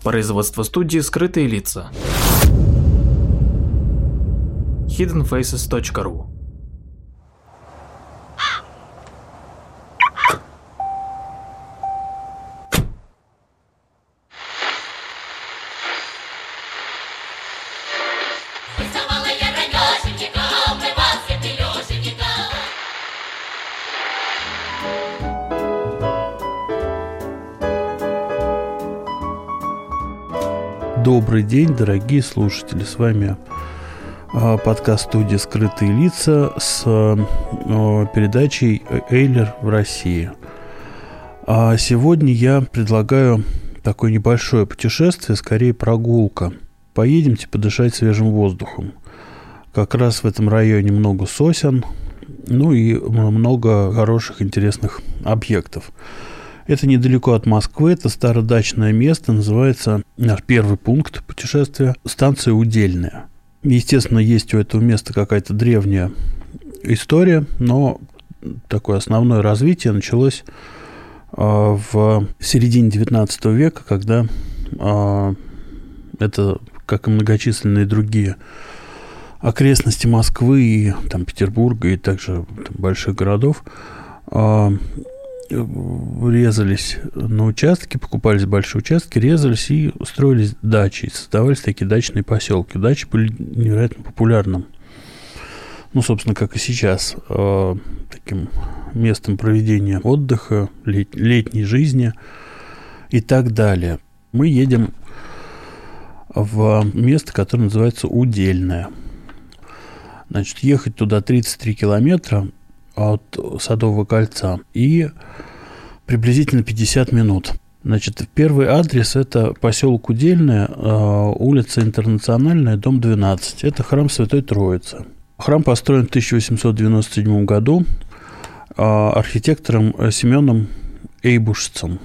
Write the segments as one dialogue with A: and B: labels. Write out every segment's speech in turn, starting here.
A: Производство студии «Скрытые лица». hiddenfaces.ru.
B: Добрый день, дорогие слушатели, с вами подкаст студии «Скрытые лица» с передачей «Эйлер в России». А сегодня я предлагаю такое небольшое путешествие, скорее прогулка. Поедемте подышать свежим воздухом. Как раз в этом районе много сосен, ну и много хороших, интересных объектов. Это недалеко от Москвы, это стародачное место, называется наш первый пункт путешествия, станция Удельная. Естественно, есть у этого места какая-то древняя история, но такое основное развитие началось в середине XIX века, когда это, как и многочисленные другие окрестности Москвы и там, Петербурга и также там, больших городов, резались на участки, покупались большие участки, резались и строились дачи, создавались такие дачные поселки. Дачи были невероятно популярным, ну, собственно, как и сейчас, таким местом проведения отдыха, летней жизни и так далее. Мы едем в место, которое называется Удельное. Значит, ехать туда 33 километра от Садового кольца и приблизительно 50 минут. Значит, первый адрес – это поселок Удельное, улица Интернациональная, дом 12. Это храм Святой Троицы. Храм построен в 1897 году архитектором Семеном Эйбушцем.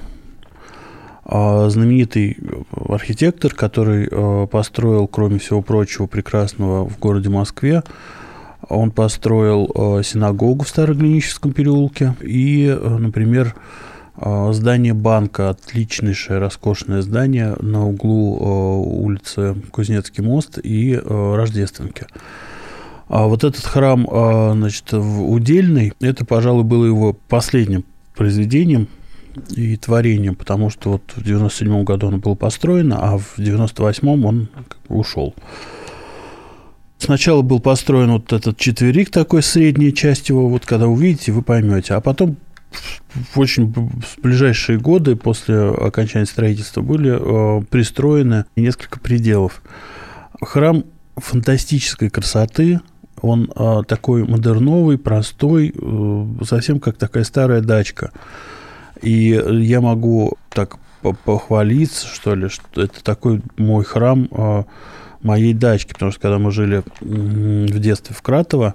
B: Знаменитый архитектор, который построил, кроме всего прочего, прекрасного в городе Москве, он построил синагогу в Староглиническом переулке и, например, здание банка, отличнейшее, роскошное здание на углу улицы Кузнецкий мост и Рождественки. А вот этот храм, значит, в Удельной, это, пожалуй, было его последним произведением и творением, потому что вот в 97 году оно было построено, а в 98 он ушел. Сначала был построен вот этот четверик, такой средняя часть его, вот когда увидите, вы поймете. А потом в очень ближайшие годы после окончания строительства были пристроены несколько пределов. Храм фантастической красоты, он такой модерновый, простой, совсем как такая старая дачка. И я могу так похвалиться, что ли, что это такой мой храм моей дачки, потому что когда мы жили в детстве в Кратово,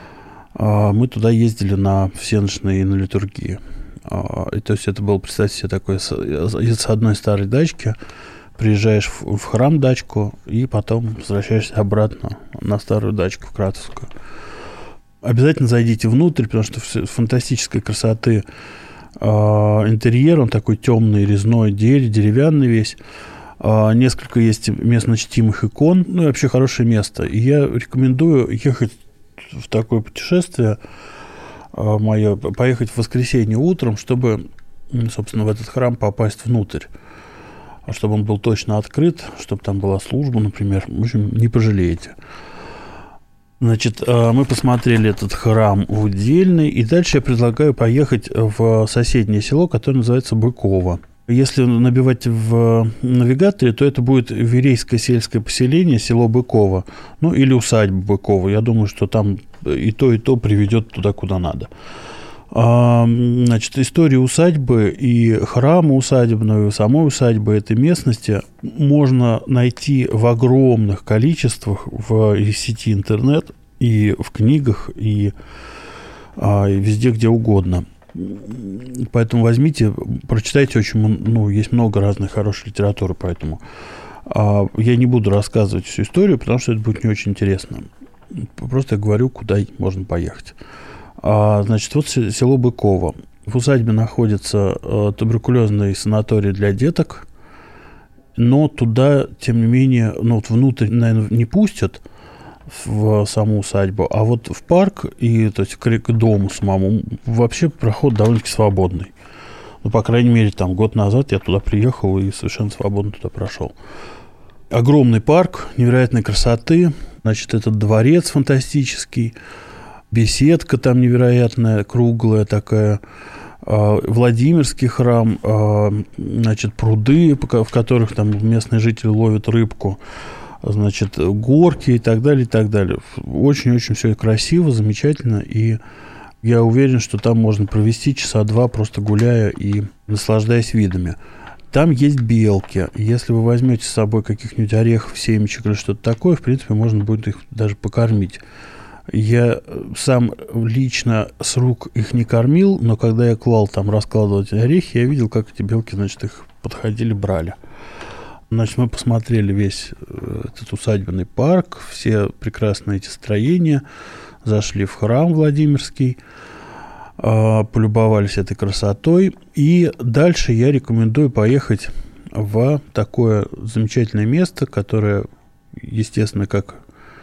B: мы туда ездили на всеночные и на литургии. И то есть это было, представьте себе, такое с одной старой дачки приезжаешь в храм дачку и потом возвращаешься обратно на старую дачку в Кратовскую. Обязательно зайдите внутрь, потому что фантастической красоты интерьер, он такой темный, резной, деревянный весь. Несколько есть местно чтимых икон, ну и вообще хорошее место. И я рекомендую ехать в такое путешествие мое, поехать в воскресенье утром, чтобы, собственно, в этот храм попасть внутрь. Чтобы он был точно открыт, чтобы там была служба, например. В общем, не пожалеете. Значит, мы посмотрели этот храм в Удельной, и дальше я предлагаю поехать в соседнее село, которое называется Быково. Если набивать в навигаторе, то это будет Верейское сельское поселение, село Быково, ну или усадьба Быково. Я думаю, что там и то приведет туда, куда надо. Значит, история усадьбы и храма усадебного, и самой усадьбы этой местности можно найти в огромных количествах в сети интернет, и в книгах, и везде, где угодно. Поэтому возьмите, прочитайте есть много разной хорошей литературы, поэтому я не буду рассказывать всю историю, потому что это будет не очень интересно. Просто я говорю, куда можно поехать. Значит, вот село Быково. В усадьбе находится туберкулезный санаторий для деток но туда, тем не менее, вот внутрь, наверное, не пустят в саму усадьбу, а вот в парк и, то есть, к дому самому вообще проход довольно-таки свободный. Ну, по крайней мере, там год назад я туда приехал и совершенно свободно туда прошел. Огромный парк невероятной красоты. Значит, этот дворец фантастический, беседка там невероятная, круглая такая, Владимирский храм, значит, пруды, в которых там местные жители ловят рыбку, значит, горки и так далее, и так далее. Очень-очень все красиво, замечательно, и я уверен, что там можно провести часа два, просто гуляя и наслаждаясь видами. Там есть белки. Если вы возьмете с собой каких-нибудь орехов, семечек или что-то такое, в принципе, можно будет их даже покормить. Я сам лично с рук их не кормил, но когда я клал там раскладывать орехи, я видел, как эти белки, значит, их подходили, брали. Значит, мы посмотрели весь этот усадебный парк, все прекрасные эти строения, зашли в храм Владимирский, полюбовались этой красотой. И дальше я рекомендую поехать в такое замечательное место, которое, естественно, как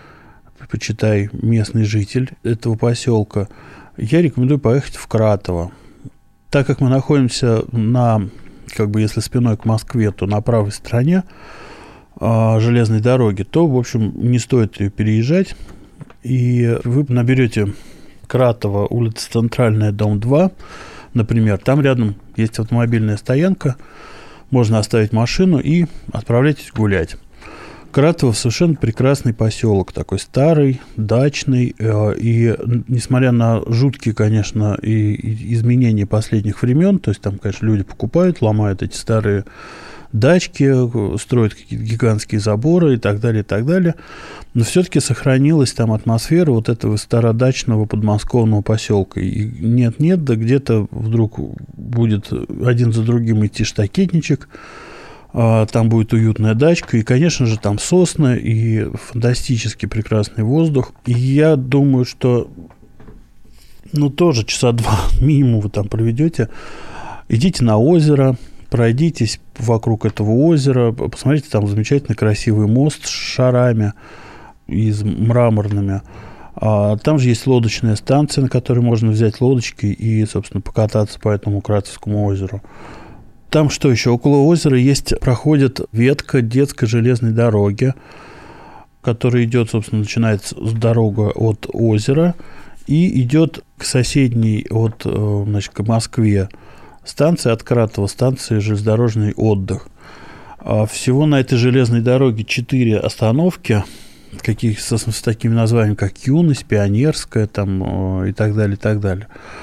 B: почитай местный житель этого поселка, я рекомендую поехать в Кратово. Так как мы находимся как бы если спиной к Москве, то на правой стороне железной дороги, то, в общем, не стоит ее переезжать. И вы наберете Кратово, улица Центральная, дом 2, например. Там рядом есть автомобильная стоянка, можно оставить машину и отправляйтесь гулять. Кратово совершенно прекрасный поселок, такой старый, дачный, и несмотря на жуткие, конечно, и изменения последних времен, то есть там, конечно, люди покупают, ломают эти старые дачки, строят какие-то гигантские заборы и так далее, но все-таки сохранилась там атмосфера вот этого стародачного подмосковного поселка. И нет-нет, да где-то вдруг будет один за другим идти штакетничек, там будет уютная дачка, и, конечно же, там сосны и фантастически прекрасный воздух. И я думаю, что, тоже часа два минимум вы там проведете. Идите на озеро, пройдитесь вокруг этого озера, посмотрите, там замечательный красивый мост с шарами из мраморными. Там же есть лодочная станция, на которой можно взять лодочки и, собственно, покататься по этому Кратовскому озеру. Там что еще? Около озера проходит ветка детской железной дороги, которая идет, собственно, начинается с дороги от озера и идет к соседней к Москве станции, от Кратова станции железнодорожный отдых. Всего на этой железной дороге 4 остановки, с такими названиями, как Юность, Пионерская там, и так далее, и так далее.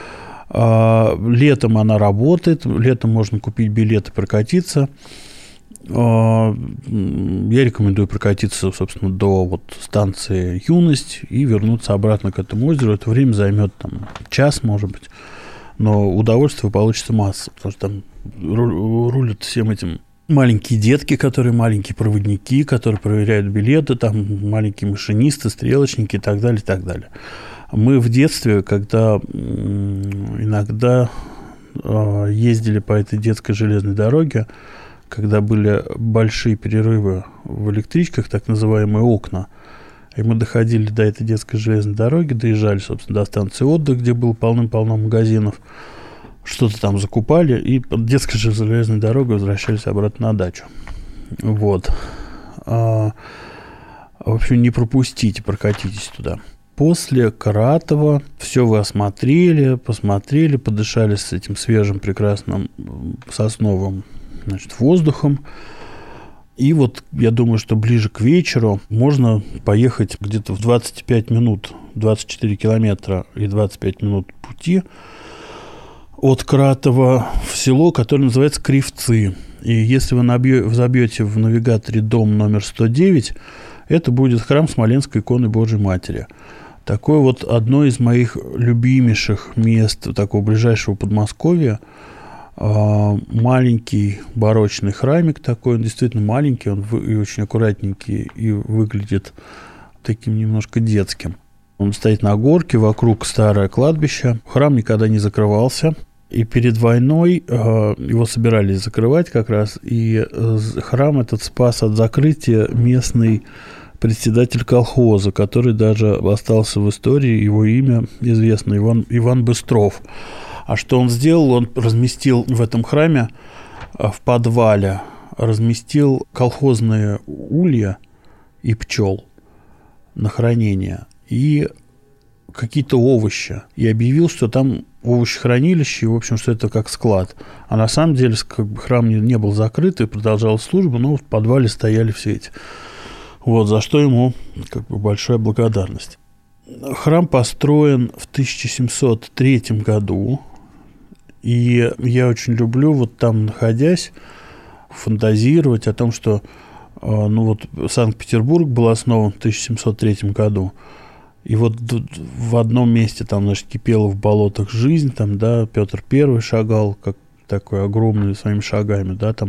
B: Летом она работает, летом можно купить билет и прокатиться. Я рекомендую прокатиться, собственно, до станции Юность и вернуться обратно к этому озеру. Это время займет час, может быть, но удовольствие получится масса, потому что там рулят всем этим маленькие детки, маленькие проводники, которые проверяют билеты, там маленькие машинисты, стрелочники и так далее, и так далее. Мы в детстве, когда иногда ездили по этой детской железной дороге, когда были большие перерывы в электричках, так называемые окна, и мы доходили до этой детской железной дороги, доезжали, собственно, до станции отдыха, где было полным-полно магазинов, что-то там закупали, и по детской железной дороге возвращались обратно на дачу. Вот. В общем, не пропустите, прокатитесь туда. После Кратова все вы посмотрели, подышали с этим свежим, прекрасным сосновым, воздухом. И я думаю, что ближе к вечеру можно поехать где-то в 25 минут, 24 километра и 25 минут пути от Кратова в село, которое называется Кривцы. И если вы забьете в навигаторе дом номер 109, это будет храм Смоленской иконы Божией Матери. Такое одно из моих любимейших мест такого ближайшего Подмосковья. Маленький барочный храмик такой, он действительно маленький, он и очень аккуратненький, и выглядит таким немножко детским. Он стоит на горке, вокруг старое кладбище. Храм никогда не закрывался. И перед войной его собирались закрывать как раз, и храм этот спас от закрытия местный председатель колхоза, который даже остался в истории, его имя известно, Иван Быстров. А что он сделал? Он разместил в этом храме, в подвале, разместил колхозные улья и пчел на хранение, и какие-то овощи, и объявил, что там овощехранилище, и, в общем, что это как склад. А на самом деле храм не был закрыт и продолжал службу, но в подвале стояли все эти. Вот, за что ему большая благодарность. Храм построен в 1703 году, и я очень люблю, вот там находясь, фантазировать о том, что Санкт-Петербург был основан в 1703 году. И вот в одном месте там, значит, кипела в болотах жизнь, там, да, Петр I шагал, как такой огромный своими шагами, да, там,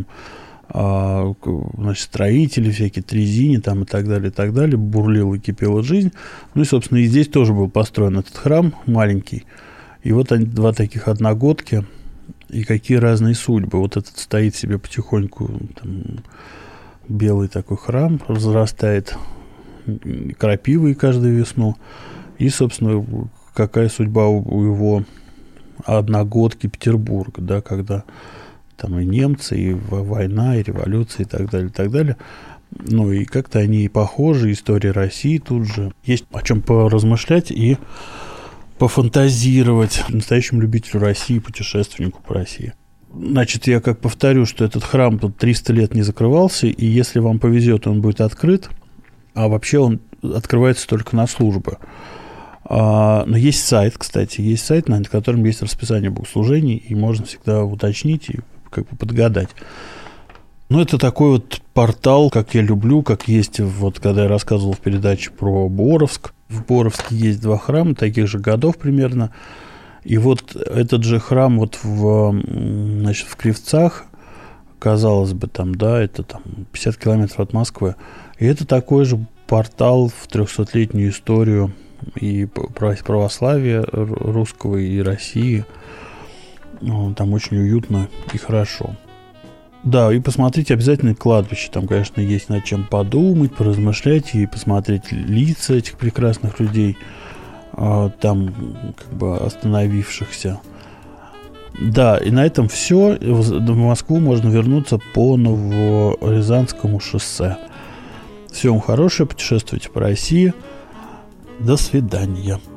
B: значит, строители всякие, Трезини там и так далее, бурлила и кипела жизнь. Ну и, собственно, и здесь тоже был построен этот храм маленький. И вот они, два таких одногодки, и какие разные судьбы. Вот этот стоит себе потихоньку, там, белый такой храм, разрастает крапивой каждую весну. И, собственно, какая судьба у его одногодки Петербурга, да, когда там и немцы, и война, и революция, и так далее, и так далее. Ну, и как-то они и похожи, история России тут же. Есть о чем поразмышлять и пофантазировать настоящему любителю России, путешественнику по России. Значит, я как повторю, что этот храм тут 300 лет не закрывался, и если вам повезет, он будет открыт, а вообще он открывается только на службы. Но есть сайт, кстати, на котором есть расписание богослужений, и можно всегда уточнить и как бы подгадать. Ну, это такой вот портал, как я люблю, как есть, вот когда я рассказывал в передаче про Боровск. В Боровске есть два храма, таких же годов примерно. И вот этот же храм вот в Кривцах, казалось бы, там, да, это там 50 километров от Москвы. И это такой же портал в 300-летнюю историю и православия русского, и России. Там очень уютно и хорошо. Да, и посмотрите обязательно кладбище. Там, конечно, есть над чем подумать, поразмышлять и посмотреть лица этих прекрасных людей, там как бы остановившихся. Да, и на этом все. В Москву можно вернуться по Новорязанскому шоссе. Всего вам хорошего, путешествуйте по России. До свидания.